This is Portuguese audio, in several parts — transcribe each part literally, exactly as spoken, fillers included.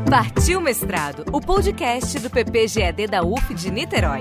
Partiu Mestrado, o podcast do P P G A D da U F de Niterói.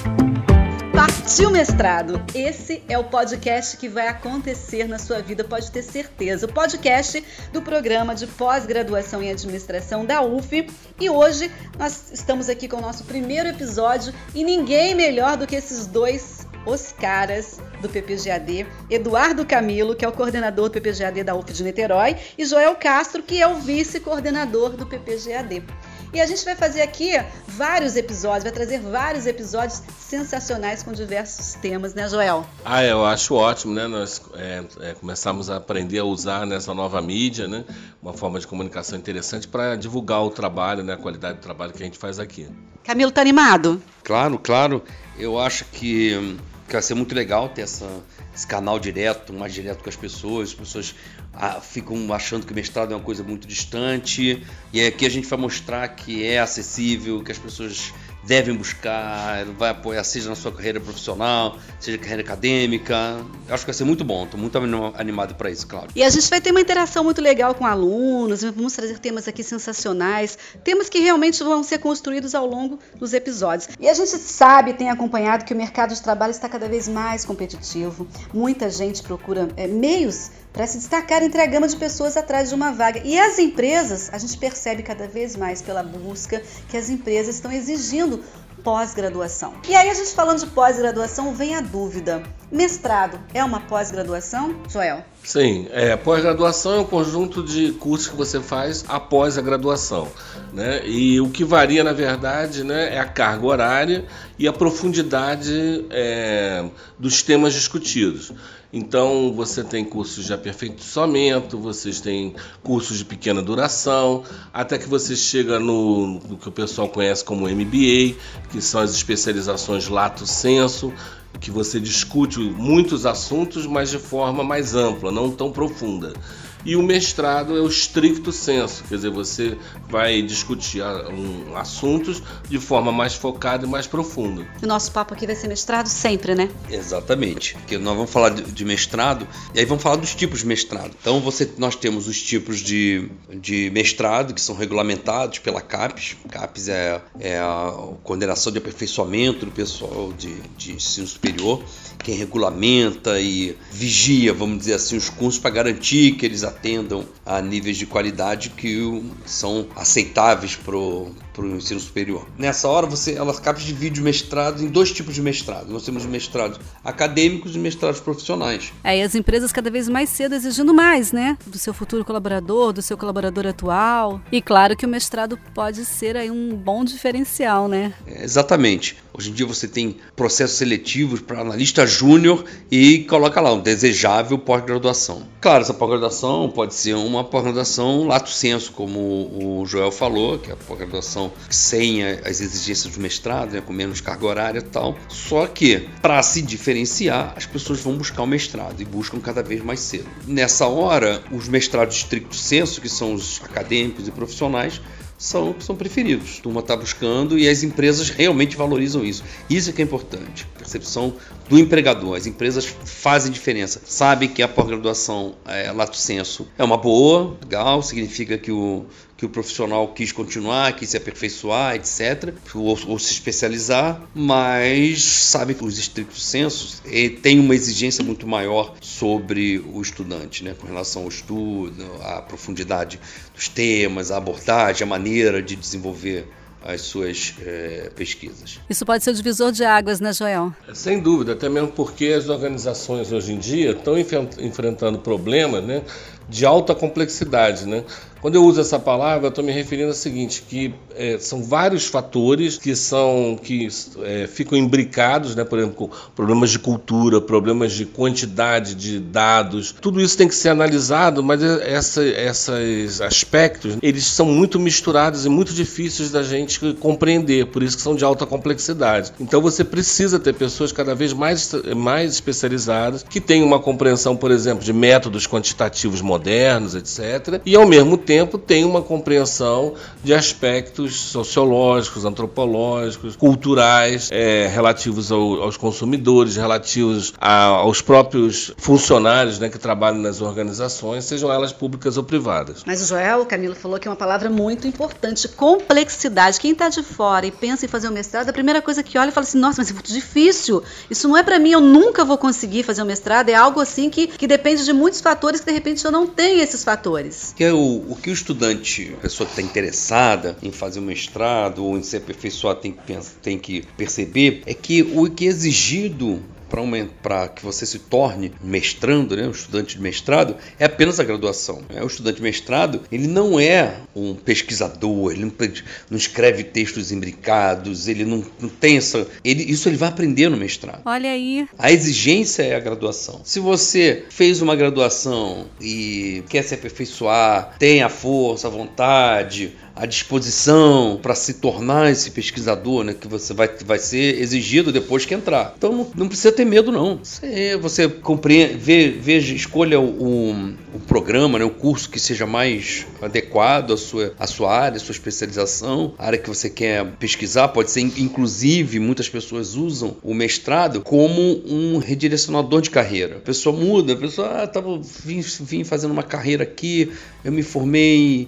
Partiu Mestrado, esse é o podcast que vai acontecer na sua vida, pode ter certeza. O podcast do programa de pós-graduação em administração da U F. E hoje nós estamos aqui com o nosso primeiro episódio e ninguém melhor do que esses dois, os caras do P P G A D, Eduardo Camilo, que é o coordenador do P P G A D da U F de Niterói, e Joel Castro, que é o vice-coordenador do P P G A D. E a gente vai fazer aqui vários episódios, vai trazer vários episódios sensacionais com diversos temas, né, Joel? Ah, eu acho ótimo, né? Nós é, é, começamos a aprender a usar nessa nova mídia, né? Uma forma de comunicação interessante para divulgar o trabalho, né? A qualidade do trabalho que a gente faz aqui. Camilo, tá animado? Claro, claro. Eu acho que, que vai ser muito legal ter essa, esse canal direto, mais direto com as pessoas. As pessoas ah, ficam achando que o mestrado é uma coisa muito distante. E aqui a gente vai mostrar que é acessível, que as pessoas devem buscar, vai apoiar, seja na sua carreira profissional, seja na carreira acadêmica. Acho que vai ser muito bom, estou muito animado para isso, claro. E a gente vai ter uma interação muito legal com alunos, vamos trazer temas aqui sensacionais, temas que realmente vão ser construídos ao longo dos episódios. E a gente sabe, tem acompanhado que o mercado de trabalho está cada vez mais competitivo, muita gente procura é, meios para se destacar entre a gama de pessoas atrás de uma vaga. E as empresas, a gente percebe cada vez mais pela busca que as empresas estão exigindo pós-graduação. E aí a gente falando de pós-graduação, vem a dúvida. Mestrado é uma pós-graduação, Joel? Sim, é, pós-graduação é um conjunto de cursos que você faz após a graduação, né? E o que varia, na verdade, né, é a carga horária e a profundidade é, dos temas discutidos. Então, você tem cursos de aperfeiçoamento, vocês têm cursos de pequena duração, até que você chega no, no que o pessoal conhece como M B A, que são as especializações lato sensu, que você discute muitos assuntos, mas de forma mais ampla, não tão profunda. E o mestrado é o stricto sensu, quer dizer, você vai discutir um, assuntos de forma mais focada e mais profunda. O nosso papo aqui vai ser mestrado sempre, né? Exatamente, porque nós vamos falar de, de mestrado e aí vamos falar dos tipos de mestrado. Então você, nós temos os tipos de, de mestrado que são regulamentados pela CAPES. CAPES é, é a coordenação de aperfeiçoamento do pessoal de, de ensino superior, quem regulamenta e vigia, vamos dizer assim, os cursos para garantir que eles atendam a níveis de qualidade que são aceitáveis para o ensino superior. Nessa hora, você, ela CAPES divide o mestrado em dois tipos de mestrado. Nós temos mestrados acadêmicos e mestrados profissionais. É, e as empresas cada vez mais cedo exigindo mais, né? Do seu futuro colaborador, do seu colaborador atual. E claro que o mestrado pode ser aí um bom diferencial, né? É, exatamente. Hoje em dia você tem processos seletivos para analista júnior e coloca lá um desejável pós-graduação. Claro, essa pós-graduação pode ser uma pós-graduação lato sensu, como o Joel falou, que é a pós-graduação sem as exigências do mestrado, né, com menos carga horária e tal. Só que, para se diferenciar, as pessoas vão buscar o mestrado e buscam cada vez mais cedo. Nessa hora, os mestrados stricto sensu, que são os acadêmicos e profissionais, São, são preferidos. A turma está buscando e as empresas realmente valorizam isso. Isso é que é importante. A percepção do empregador. As empresas fazem diferença. Sabem que a pós-graduação é, lato sensu é uma boa, legal, significa que o, que o profissional quis continuar, quis se aperfeiçoar, etcétera, ou, ou se especializar, mas sabe que os stricto sensus têm uma exigência muito maior sobre o estudante, né, com relação ao estudo, à profundidade dos temas, a abordagem, a maneira de desenvolver as suas é, pesquisas. Isso pode ser o divisor de águas, né, Joel? Sem dúvida, até mesmo porque as organizações hoje em dia estão enfrentando problemas, né, de alta complexidade, né? Quando eu uso essa palavra, eu estou me referindo ao seguinte, que é, são vários fatores que, são, que é, ficam imbricados, né? Por exemplo, problemas de cultura, problemas de quantidade de dados, tudo isso tem que ser analisado, mas essa, esses aspectos, eles são muito misturados e muito difíceis da gente compreender, por isso que são de alta complexidade. Então você precisa ter pessoas cada vez mais, mais especializadas, que tenham uma compreensão, por exemplo, de métodos quantitativos modernos, etcétera, e ao mesmo tempo tempo tem uma compreensão de aspectos sociológicos, antropológicos, culturais, é, relativos ao, aos consumidores, relativos a, aos próprios funcionários, né, que trabalham nas organizações, sejam elas públicas ou privadas. Mas o Joel, o Camilo falou que é uma palavra muito importante, complexidade. Quem está de fora e pensa em fazer um mestrado, a primeira coisa que olha e fala assim, nossa, mas é muito difícil, isso não é para mim, eu nunca vou conseguir fazer um mestrado, é algo assim que, que depende de muitos fatores que de repente eu não tenho esses fatores. Que é o, o que o estudante, a pessoa que está interessada em fazer um mestrado ou em se aperfeiçoar tem que, tem que perceber é que o que é exigido para que você se torne mestrando, né, um estudante de mestrado, é apenas a graduação. O estudante de mestrado, ele não é um pesquisador, ele não, não escreve textos imbricados, ele não, não tem essa... Ele, isso ele vai aprender no mestrado. Olha aí. A exigência é a graduação. Se você fez uma graduação e quer se aperfeiçoar, tem a força, a vontade, a disposição para se tornar esse pesquisador, né, que você vai, vai ser exigido depois que entrar. Então não, não precisa ter medo, não. Você, você compreende, ve, veja, escolha o, o programa, né, o curso que seja mais adequado à sua, à sua área, à sua especialização, a área que você quer pesquisar. Pode ser, inclusive, muitas pessoas usam o mestrado como um redirecionador de carreira. A pessoa muda, a pessoa, ah, tava, vim, vim fazendo uma carreira aqui, eu me formei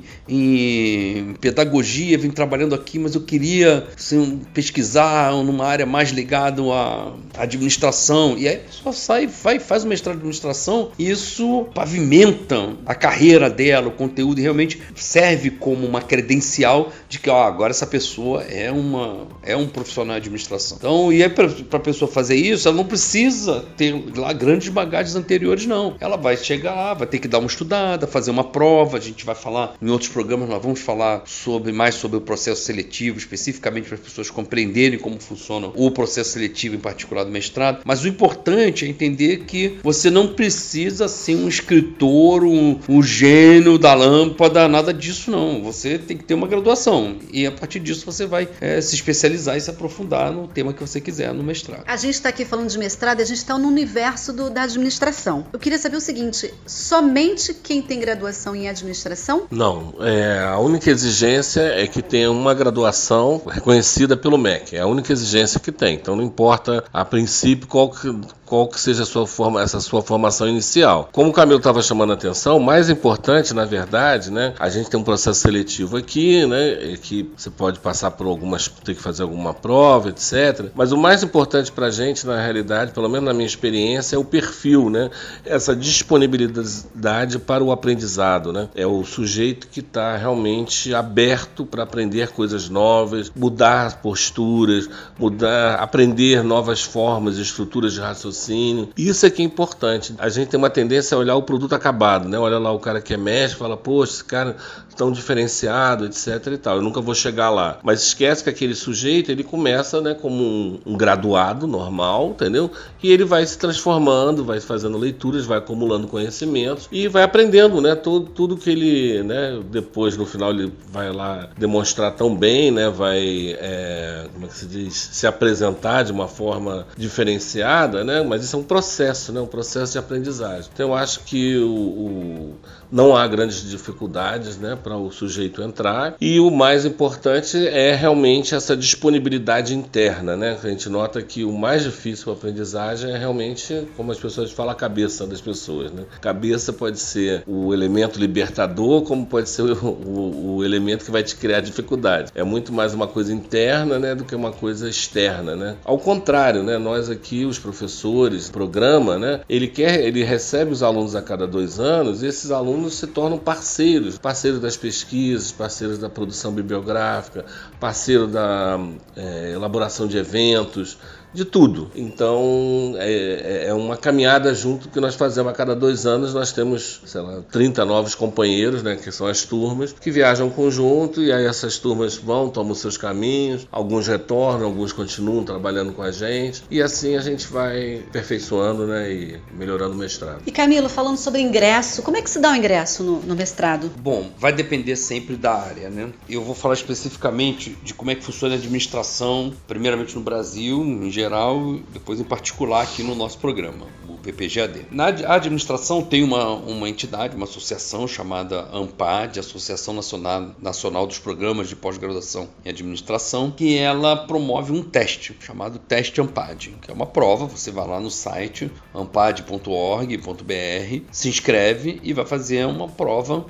em pedagogia, vim trabalhando aqui, mas eu queria assim, pesquisar numa área mais ligada à administração. E aí a pessoa sai, vai, faz o mestrado de administração e isso pavimenta a carreira dela, o conteúdo, e realmente serve como uma credencial de que ó, agora essa pessoa é, uma, é um profissional de administração. Então, e aí para a pessoa fazer isso, ela não precisa ter lá grandes bagagens anteriores, não. Ela vai chegar lá, vai ter que dar uma estudada, fazer uma prova. A gente vai falar em outros programas, nós vamos falar sobre, mais sobre o processo seletivo, especificamente para as pessoas compreenderem como funciona o processo seletivo, em particular do mestrado. Mas o importante é entender que você não precisa ser um escritor, um, um gênio da lâmpada, nada disso não. Você tem que ter uma graduação e a partir disso você vai é, se especializar e se aprofundar no tema que você quiser no mestrado. A gente está aqui falando de mestrado e a gente está no universo do, da administração. Eu queria saber o seguinte, somente quem tem graduação em administração? Não, é, a única exigência é que tenha uma graduação reconhecida pelo M E C. É a única exigência que tem. Então não importa a princípio qual que, qual que seja a sua forma, essa sua formação inicial. Como o Camilo estava chamando a atenção, o mais importante, na verdade, né, a gente tem um processo seletivo aqui, né, que você pode passar por algumas, ter que fazer alguma prova, etcétera. Mas o mais importante para a gente, na realidade, pelo menos na minha experiência, é o perfil, né, essa disponibilidade para o aprendizado, né, é o sujeito que está realmente aberto para aprender coisas novas, mudar posturas, mudar, aprender novas formas e estruturas de raciocínio. Isso é que é importante. A gente tem uma tendência a olhar o produto acabado, né? Olha lá o cara que é mestre, fala, poxa, esse cara tão diferenciado, etc e tal. Eu nunca vou chegar lá. Mas esquece que aquele sujeito, ele começa, né, como um, um graduado normal, entendeu? E ele vai se transformando, vai fazendo leituras, vai acumulando conhecimentos e vai aprendendo, né? Tudo, tudo que ele, né, depois no final ele vai lá demonstrar tão bem, né? Vai, é, como é que se diz? Se apresentar de uma forma diferenciada, né? Mas isso é um processo, né? Um processo de aprendizagem. Então eu acho que o, o, não há grandes dificuldades, né, para o sujeito entrar, e o mais importante é realmente essa disponibilidade interna, né? A gente nota que o mais difícil para a aprendizagem é realmente, como as pessoas falam, a cabeça das pessoas, né? Cabeça pode ser o elemento libertador, como pode ser o, o, o elemento que vai te criar dificuldade. É muito mais uma coisa interna, né, do que uma coisa externa, né? Ao contrário, né, nós aqui, os professores, o programa, né, ele quer, ele recebe os alunos a cada dois anos e esses alunos se tornam parceiros, parceiros das pesquisas, parceiros da produção bibliográfica, parceiro da é, elaboração de eventos, de tudo. Então é, é uma caminhada junto que nós fazemos a cada dois anos. Nós temos, sei lá, trinta novos companheiros, né, que são as turmas, que viajam conjunto, e aí essas turmas vão, tomam seus caminhos, alguns retornam, alguns continuam trabalhando com a gente, e assim a gente vai aperfeiçoando, né, e melhorando o mestrado. E Camilo, falando sobre ingresso, como é que se dá o ingresso no, no mestrado? Bom, vai depender sempre da área, né? Eu vou falar especificamente de como é que funciona a administração, primeiramente no Brasil, em geral, geral, depois em particular aqui no nosso programa, o P P G A D. Na administração tem uma, uma entidade, uma associação chamada ANPAD, Associação Nacional, Nacional dos Programas de Pós-Graduação em Administração, que ela promove um teste, chamado Teste ANPAD, que é uma prova. Você vai lá no site ampad ponto org ponto b r, se inscreve e vai fazer uma prova.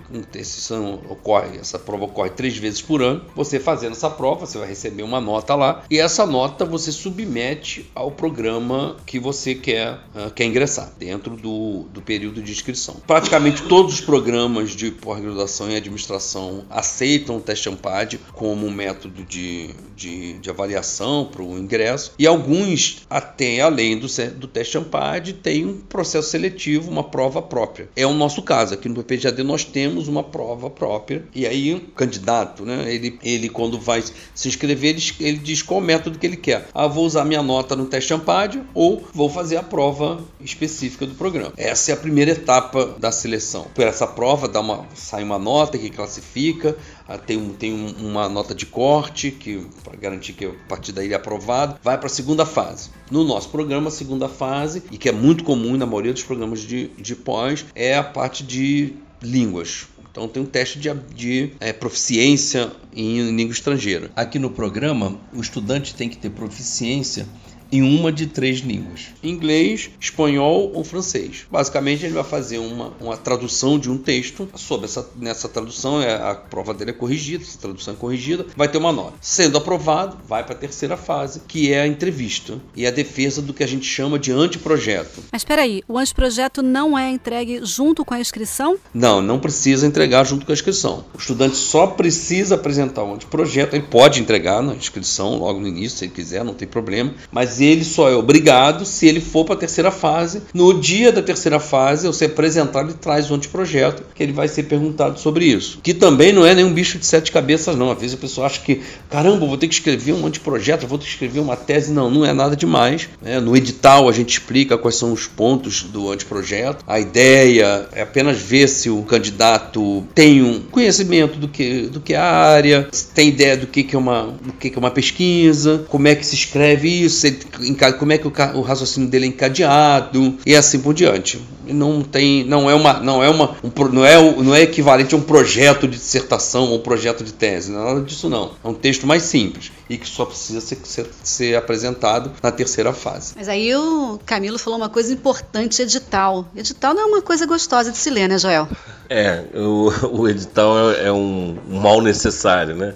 Ocorre, essa prova ocorre três vezes por ano. Você fazendo essa prova, você vai receber uma nota lá, e essa nota você submete ao programa que você quer, uh, quer ingressar, dentro do, do período de inscrição. Praticamente todos os programas de pós-graduação em administração aceitam o teste ANPAD como um método de, de, de avaliação para o ingresso, e alguns, até além do, do teste ANPAD, tem um processo seletivo, uma prova própria. É o nosso caso. Aqui no P P G A D nós temos uma prova própria, e aí o candidato, né, ele, ele quando vai se inscrever, ele, ele diz qual método que ele quer. Ah, vou usar minha nota no teste ANPAD ou vou fazer a prova específica do programa. Essa é a primeira etapa da seleção. Por essa prova dá uma, sai uma nota que classifica, tem, um, tem um, uma nota de corte que para garantir que a partir daí ele é aprovado, vai para a segunda fase. No nosso programa, a segunda fase, e que é muito comum na maioria dos programas de, de pós, é a parte de línguas. Então tem um teste de, de é, proficiência em língua estrangeira. Aqui no programa, o estudante tem que ter proficiência em uma de três línguas: inglês, espanhol ou francês. Basicamente, ele vai fazer uma, uma tradução de um texto. Sobre essa, nessa tradução, é, a prova dele é corrigida, essa tradução é corrigida, vai ter uma nota. Sendo aprovado, vai para a terceira fase, que é a entrevista e a defesa do que a gente chama de anteprojeto. Mas espera aí, o anteprojeto não é entregue junto com a inscrição? Não, não precisa entregar junto com a inscrição. O estudante só precisa apresentar o anteprojeto. Ele pode entregar na inscrição logo no início, se ele quiser, não tem problema, mas ele só é obrigado se ele for para a terceira fase. No dia da terceira fase, você apresentar, ele traz o anteprojeto, que ele vai ser perguntado sobre isso. Que também não é nenhum bicho de sete cabeças, não. Às vezes a pessoa acha que, caramba, vou ter que escrever um anteprojeto, vou ter que escrever uma tese. Não, não é nada demais, né? No edital a gente explica quais são os pontos do anteprojeto. A ideia é apenas ver se o candidato tem um conhecimento do que, do que é a área, tem ideia do que, que, é uma, do que, que é uma pesquisa, como é que se escreve isso, como é que o raciocínio dele é encadeado e assim por diante. Não tem, não é uma, não é uma, um, não é, não é equivalente a um projeto de dissertação ou um projeto de tese, nada disso não. É um texto mais simples e que só precisa ser, ser, ser apresentado na terceira fase. Mas aí o Camilo falou uma coisa importante: edital. Edital não é uma coisa gostosa de se ler, né, Joel? É, o, o edital é, é um, um mal necessário, né?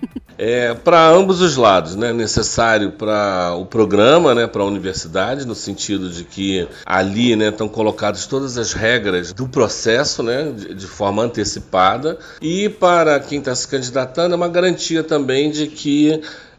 É, para ambos os lados, né? Necessário para o programa, né? Para a universidade, no sentido de que ali, né, estão colocadas todas as regras do processo, né? De, de forma antecipada, e para quem está se candidatando é uma garantia também de que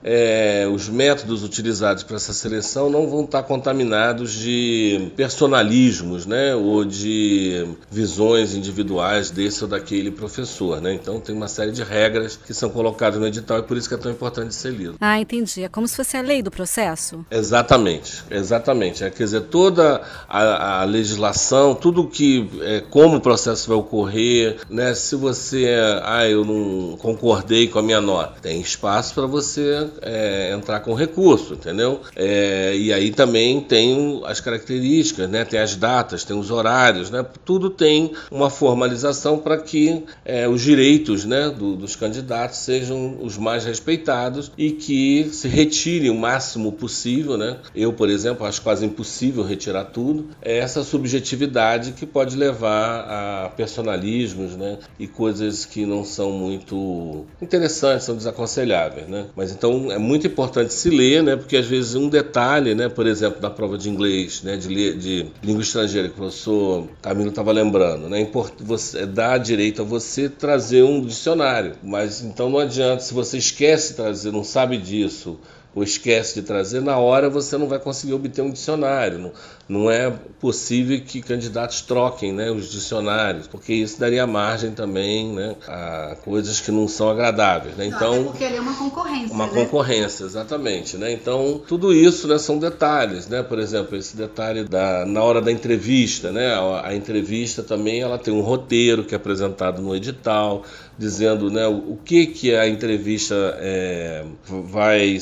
É, os métodos utilizados para essa seleção não vão estar contaminados de personalismos, né, ou de visões individuais desse ou daquele professor, né? Então tem uma série de regras que são colocadas no edital, e por isso que é tão importante ser lido. Ah, entendi. É como se fosse a lei do processo? Exatamente, exatamente. É, quer dizer, toda a, a legislação, tudo que, é, como o processo vai ocorrer, né? Se você, ah, eu não concordei com a minha nota, tem espaço para você É, entrar com recurso, entendeu? É, e aí também tem as características, né? Tem as datas, tem os horários, né? Tudo tem uma formalização para que é, os direitos, né, do, dos candidatos sejam os mais respeitados e que se retire o máximo possível, né? Eu, por exemplo, acho quase impossível retirar tudo. É essa subjetividade que pode levar a personalismos, né? E coisas que não são muito interessantes, são desaconselháveis, né? Mas então é muito importante se ler, né? Porque às vezes um detalhe, né? Por exemplo, da prova de inglês, né? De, de língua estrangeira, que o professor Camilo estava lembrando, né? Você dá direito a você trazer um dicionário, mas então não adianta, se você esquece de trazer, não sabe disso, ou esquece de trazer, na hora você não vai conseguir obter um dicionário. Não, não é possível que candidatos troquem, né, os dicionários, porque isso daria margem também, né, a coisas que não são agradáveis, né? Então, não, porque ali é uma concorrência. Uma né? concorrência, exatamente, né? Então, tudo isso, né, são detalhes, né? Por exemplo, esse detalhe da, na hora da entrevista, né? A, a entrevista também ela tem um roteiro que é apresentado no edital, dizendo, né, o, o que, que a entrevista é, vai ser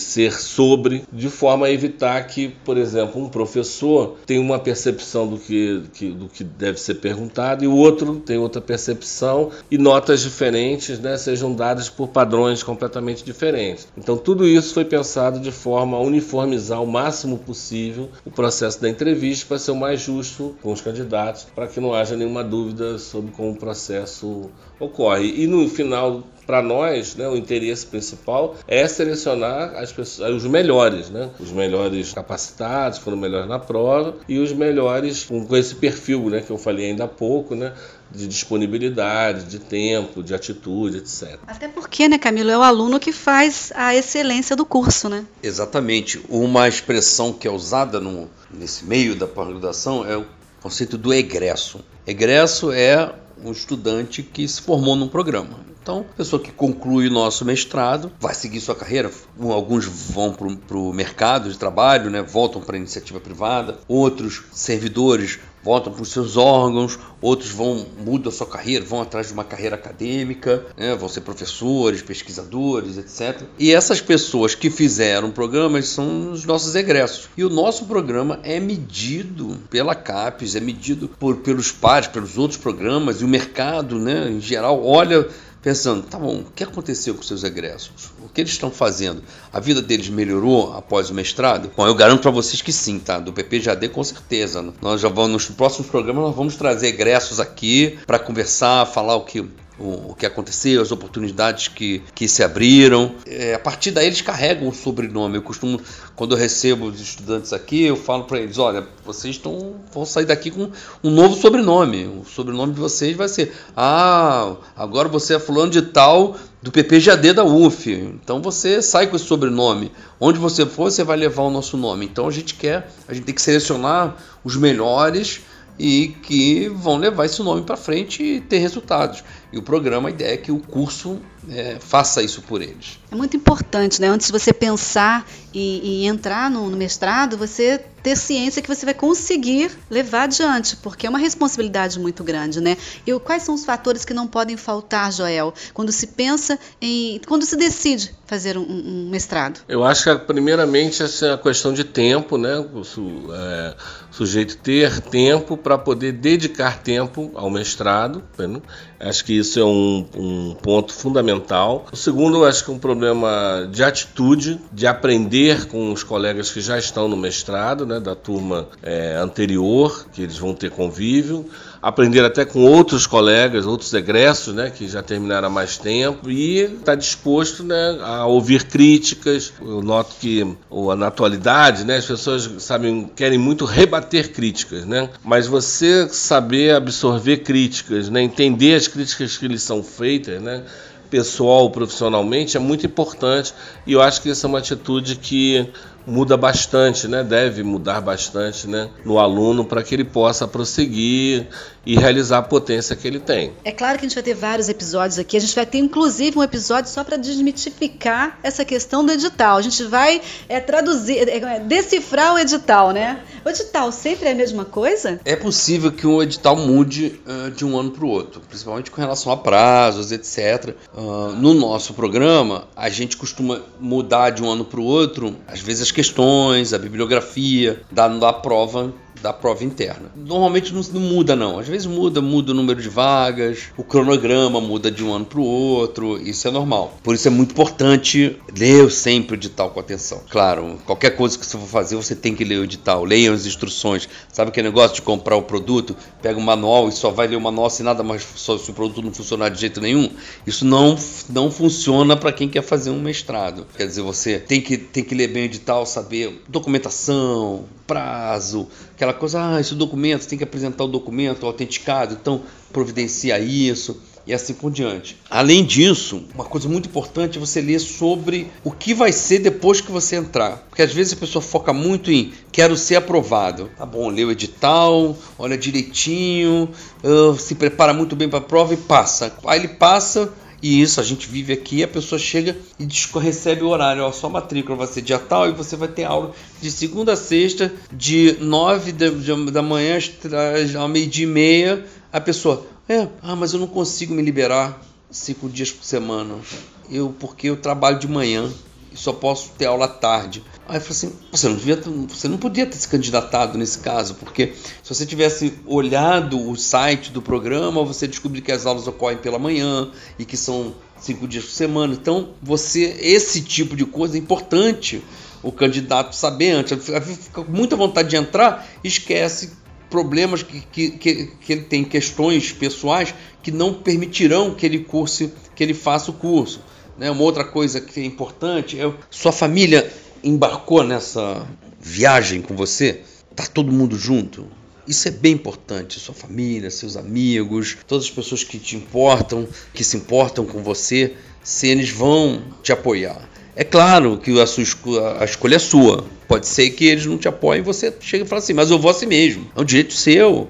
sobre, de forma a evitar que, por exemplo, um professor tenha uma percepção do que, que, do que deve ser perguntado e o outro tem outra percepção e notas diferentes, né, sejam dadas por padrões completamente diferentes. Então tudo isso foi pensado de forma a uniformizar o máximo possível o processo da entrevista para ser o mais justo com os candidatos, para que não haja nenhuma dúvida sobre como o processo ocorre. E no final, para nós, né, o interesse principal é selecionar as pessoas, os melhores, né? Os melhores capacitados, foram melhores na prova, e os melhores com, com esse perfil, né, que eu falei ainda há pouco, né, de disponibilidade, de tempo, de atitude, etcétera. Até porque, né, Camilo, é o aluno que faz a excelência do curso, né? Exatamente. Uma expressão que é usada no, nesse meio da pós-graduação é o conceito do egresso. Egresso é um estudante que se formou num programa. Então, a pessoa que conclui o nosso mestrado vai seguir sua carreira. Alguns vão para o mercado de trabalho, né? Voltam para a iniciativa privada. Outros servidores voltam para os seus órgãos. Outros vão mudam a sua carreira, vão atrás de uma carreira acadêmica, né? Vão ser professores, pesquisadores, etcétera. E essas pessoas que fizeram programas são os nossos egressos. E o nosso programa é medido pela CAPES, é medido por, pelos pares, pelos outros programas, e o mercado, né, em geral, olha pensando, tá bom, o que aconteceu com seus egressos? O que eles estão fazendo? A vida deles melhorou após o mestrado? Bom, eu garanto para vocês que sim, tá? Do P P G A D com certeza. Nós já vamos, nos próximos programas, nós vamos trazer egressos aqui para conversar, falar o que... o que aconteceu, as oportunidades que, que se abriram. É, a partir daí eles carregam o sobrenome. Eu costumo, quando eu recebo os estudantes aqui, eu falo para eles, olha, vocês tão, vão sair daqui com um novo sobrenome. O sobrenome de vocês vai ser, ah, agora você é fulano de tal do P P G A D da U F. Então você sai com esse sobrenome. Onde você for, você vai levar o nosso nome. Então a gente quer, a gente tem que selecionar os melhores e que vão levar esse nome para frente e ter resultados. E o programa, a ideia é que o curso é, faça isso por eles. É muito importante, né? Antes de você pensar e, e entrar no, no mestrado, você ter ciência que você vai conseguir levar adiante, porque é uma responsabilidade muito grande, né? E quais são os fatores que não podem faltar, Joel, quando se pensa em... quando se decide fazer um, um mestrado? Eu acho que, primeiramente, essa é a questão de tempo, né? O su, é, sujeito ter tempo para poder dedicar tempo ao mestrado, né? Acho que isso é um, um ponto fundamental. O segundo, acho que é um problema de atitude, de aprender com os colegas que já estão no mestrado, né, da turma é, anterior, que eles vão ter convívio. Aprender até com outros colegas, outros egressos, né, que já terminaram há mais tempo, e estar disposto, né, a ouvir críticas. Eu noto que na atualidade, né, as pessoas sabem, querem muito rebater críticas, né, mas você saber absorver críticas, né, entender as críticas que lhes são feitas, né, pessoal, profissionalmente, é muito importante, e eu acho que essa é uma atitude que muda bastante, né? Deve mudar bastante, né, no aluno, para que ele possa prosseguir e realizar a potência que ele tem. É claro que a gente vai ter vários episódios aqui, a gente vai ter inclusive um episódio só para desmitificar essa questão do edital. A gente vai é, traduzir, é, decifrar o edital, né? O edital sempre é a mesma coisa? É possível que um edital mude uh, de um ano para o outro, principalmente com relação a prazos, etcétera. Uh, no nosso programa, a gente costuma mudar de um ano para o outro, às vezes as questões, a bibliografia da, da prova da prova interna. Normalmente não, não muda não, às vezes muda, muda o número de vagas, o cronograma muda de um ano para o outro, isso é normal. Por isso é muito importante ler sempre o edital com atenção. Claro, qualquer coisa que você for fazer, você tem que ler o edital, leiam as instruções. Sabe aquele negócio de comprar o produto, pega o manual e só vai ler o manual se nada mais, só se o produto não funcionar de jeito nenhum? Isso não, não funciona para quem quer fazer um mestrado. Quer dizer, você tem que, tem que ler bem o edital, saber documentação, prazo, aquela coisa, ah, esse documento, você tem que apresentar o documento autenticado, então providencia isso e assim por diante. Além disso, uma coisa muito importante é você ler sobre o que vai ser depois que você entrar, porque às vezes a pessoa foca muito em quero ser aprovado. Tá bom, lê o edital, olha direitinho, uh, se prepara muito bem para a prova e passa. Aí ele passa. E isso, a gente vive aqui, a pessoa chega e recebe o horário, ó, sua matrícula vai ser dia tal e você vai ter aula de segunda a sexta, de nove da manhã ao meio-dia e meia. A pessoa, é, ah, mas eu não consigo me liberar cinco dias por semana, eu, porque eu trabalho de manhã. e só posso ter aula à tarde. Aí eu falei assim, você não, devia, você não podia ter se candidatado nesse caso, porque se você tivesse olhado o site do programa, você descobriu que as aulas ocorrem pela manhã e que são cinco dias por semana. Então, você, esse tipo de coisa é importante o candidato saber antes. Fica com muita vontade de entrar, esquece problemas que, que, que, que ele tem, questões pessoais que não permitirão que ele curse, que ele faça o curso. Né? Uma outra coisa que é importante é sua família embarcou nessa viagem com você, tá todo mundo junto. Isso é bem importante, sua família, seus amigos, todas as pessoas que te importam, que se importam com você, se eles vão te apoiar. É claro que a, sua escolha, a escolha é sua. Pode ser que eles não te apoiem e você chega e fala assim, mas eu vou assim mesmo. É um direito seu,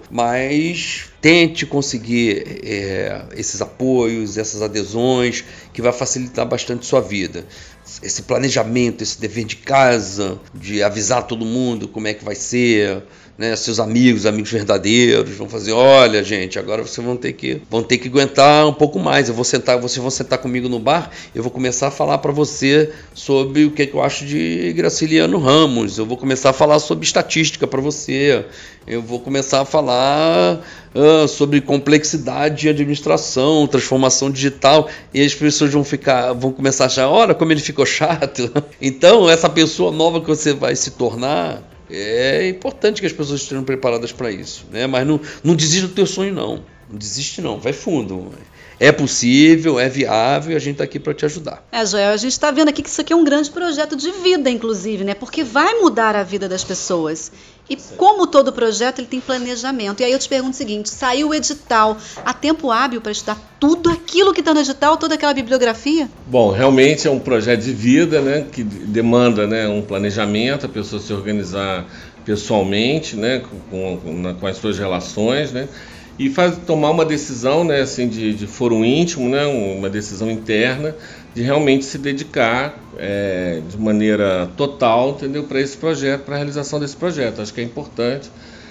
mas tente conseguir é, esses apoios, essas adesões, que vai facilitar bastante sua vida. Esse planejamento, esse dever de casa, de avisar todo mundo como é que vai ser, né? Seus amigos, amigos verdadeiros, vão fazer, olha gente, agora vocês vão ter que, vão ter que aguentar um pouco mais, eu vou sentar, vocês vão sentar comigo no bar, eu vou começar a falar para você sobre o que, é que eu acho de Graciliano Ramos, eu vou começar a falar sobre estatística para você, eu vou começar a falar uh, sobre complexidade de administração, transformação digital, e as pessoas vão ficar, vão começar a achar, olha como ele ficou chato. Então, essa pessoa nova que você vai se tornar, é importante que as pessoas estejam preparadas para isso, né? Mas não, não desiste do teu sonho, não. Não desiste, não. Vai fundo. É possível, é viável e a gente está aqui para te ajudar. É, Joel, a gente está vendo aqui que isso aqui é um grande projeto de vida, inclusive, né? Porque vai mudar a vida das pessoas. E como todo projeto, ele tem planejamento. E aí eu te pergunto o seguinte, saiu o edital, há tempo hábil para estudar tudo aquilo que está no edital, toda aquela bibliografia? Bom, realmente é um projeto de vida, né, que demanda, né, um planejamento, a pessoa se organizar pessoalmente, né, com, com, com as suas relações, né, e faz, tomar uma decisão, né, assim, de, de foro íntimo, né, uma decisão interna, de realmente se dedicar é, de maneira total, entendeu, para esse projeto, para a realização desse projeto. Acho que é importante.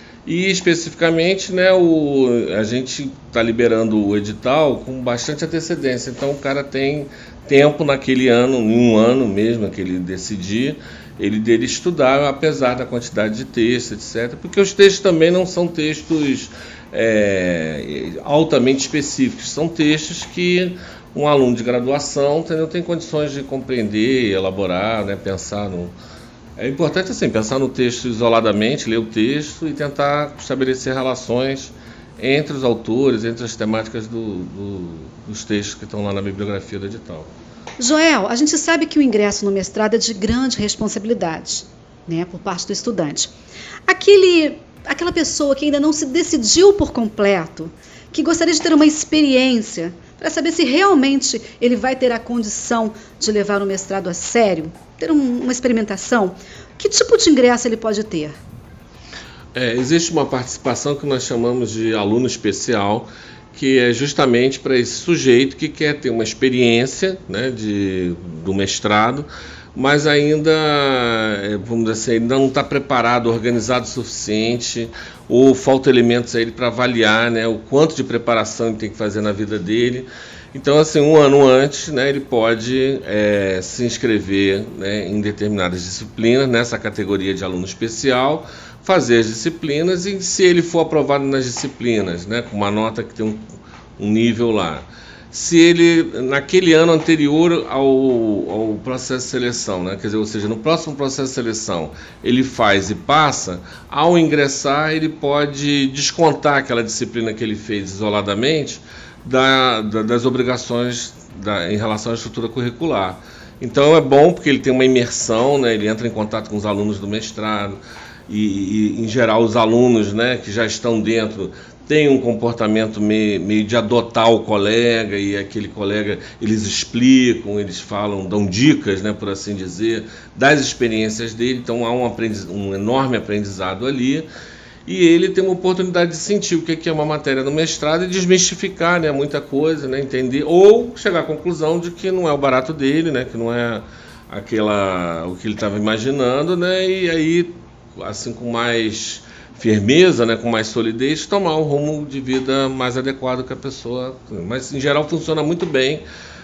E especificamente, né, o, a gente está liberando o edital com bastante antecedência, então o cara tem tempo naquele ano, em um ano mesmo que ele decidir, ele dele estudar, apesar da quantidade de textos, etcétera. Porque os textos também não são textos é, altamente específicos, são textos que um aluno de graduação, entendeu, tem condições de compreender, elaborar, né, pensar no... É importante assim, pensar no texto isoladamente, ler o texto e tentar estabelecer relações entre os autores, entre as temáticas do, do, dos textos que estão lá na bibliografia do edital. Joel, a gente sabe que o ingresso no mestrado é de grande responsabilidade, né, por parte do estudante. Aquele, aquela pessoa que ainda não se decidiu por completo, que gostaria de ter uma experiência para saber se realmente ele vai ter a condição de levar o mestrado a sério, ter um, uma experimentação, que tipo de ingresso ele pode ter? É, existe uma participação que nós chamamos de aluno especial, que é justamente para esse sujeito que quer ter uma experiência, né, de, do mestrado, mas ainda, vamos dizer assim, ainda não está preparado, organizado o suficiente, ou falta elementos a ele para avaliar, né, o quanto de preparação ele tem que fazer na vida dele. Então, assim, um ano antes, né, ele pode é, se inscrever, né, em determinadas disciplinas, nessa categoria de aluno especial, fazer as disciplinas e, se ele for aprovado nas disciplinas, né, com uma nota que tem um, um nível lá, se ele, naquele ano anterior ao, ao processo de seleção, né, quer dizer, ou seja, no próximo processo de seleção, ele faz e passa, ao ingressar ele pode descontar aquela disciplina que ele fez isoladamente da, da, das obrigações da, em relação à estrutura curricular. Então é bom porque ele tem uma imersão, né, ele entra em contato com os alunos do mestrado e, e em geral, os alunos, né, que já estão dentro tem um comportamento meio, meio de adotar o colega, e aquele colega, eles explicam, eles falam, dão dicas, né, por assim dizer, das experiências dele. Então há um, aprendiz, um enorme aprendizado ali, e ele tem uma oportunidade de sentir o que é uma matéria no mestrado e desmistificar, né, muita coisa, né, entender, ou chegar à conclusão de que não é o barato dele, né, que não é aquela, o que ele estava imaginando, né, e aí, assim, com mais firmeza, né, com mais solidez, tomar um rumo de vida mais adequado que a pessoa. Mas, em geral, funciona muito bem.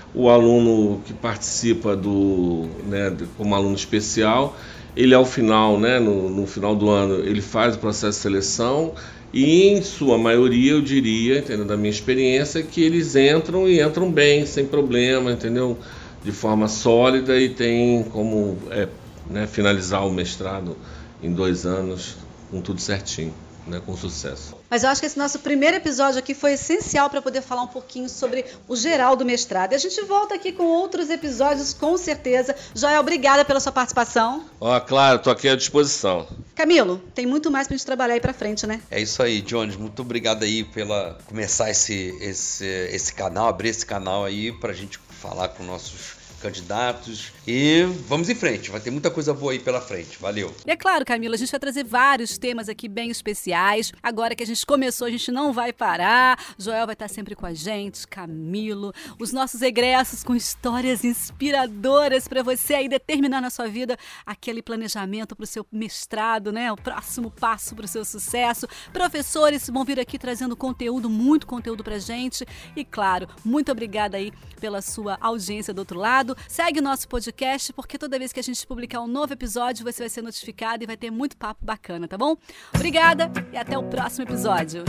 o aluno que participa do, né, como aluno especial, ele ao final, né, no, no final do ano, ele faz o processo de seleção e em sua maioria, eu diria, entendeu, da minha experiência, que eles entram e entram bem, sem problema, entendeu? De forma sólida e tem como é, né, finalizar o mestrado em dois anos com tudo certinho, né, com sucesso. Mas eu acho que esse nosso primeiro episódio aqui foi essencial para poder falar um pouquinho sobre o geral do mestrado. E a gente volta aqui com outros episódios, com certeza. Joel, obrigada pela sua participação. Ó, claro, estou aqui à disposição. Camilo, tem muito mais para a gente trabalhar aí para frente, né? É isso aí, Jones. Muito obrigado aí pela começar esse, esse, esse canal, abrir esse canal aí para a gente falar com nossos candidatos e vamos em frente, vai ter muita coisa boa aí pela frente, valeu. E é claro, Camila, a gente vai trazer vários temas aqui bem especiais, agora que a gente começou a gente não vai parar, Joel vai estar sempre com a gente, Camilo, os nossos egressos com histórias inspiradoras para você aí determinar na sua vida aquele planejamento para o seu mestrado, né, o próximo passo para o seu sucesso, professores vão vir aqui trazendo conteúdo, muito conteúdo pra gente e claro, muito obrigada aí pela sua audiência do outro lado. Segue o nosso podcast, porque toda vez que a gente publicar um novo episódio, você vai ser notificado e vai ter muito papo bacana, tá bom? Obrigada e até o próximo episódio.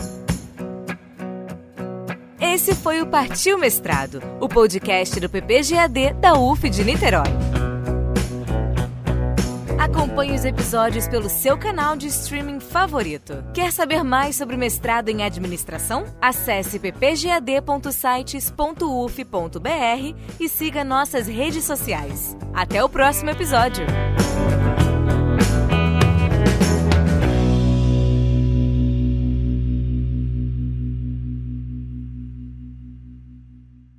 Esse foi o Partiu Mestrado, o podcast do P P G A D da U F de Niterói. Acompanhe os episódios pelo seu canal de streaming favorito. Quer saber mais sobre o mestrado em administração? Acesse p p g a d ponto sites ponto u f ponto b r e siga nossas redes sociais. Até o próximo episódio!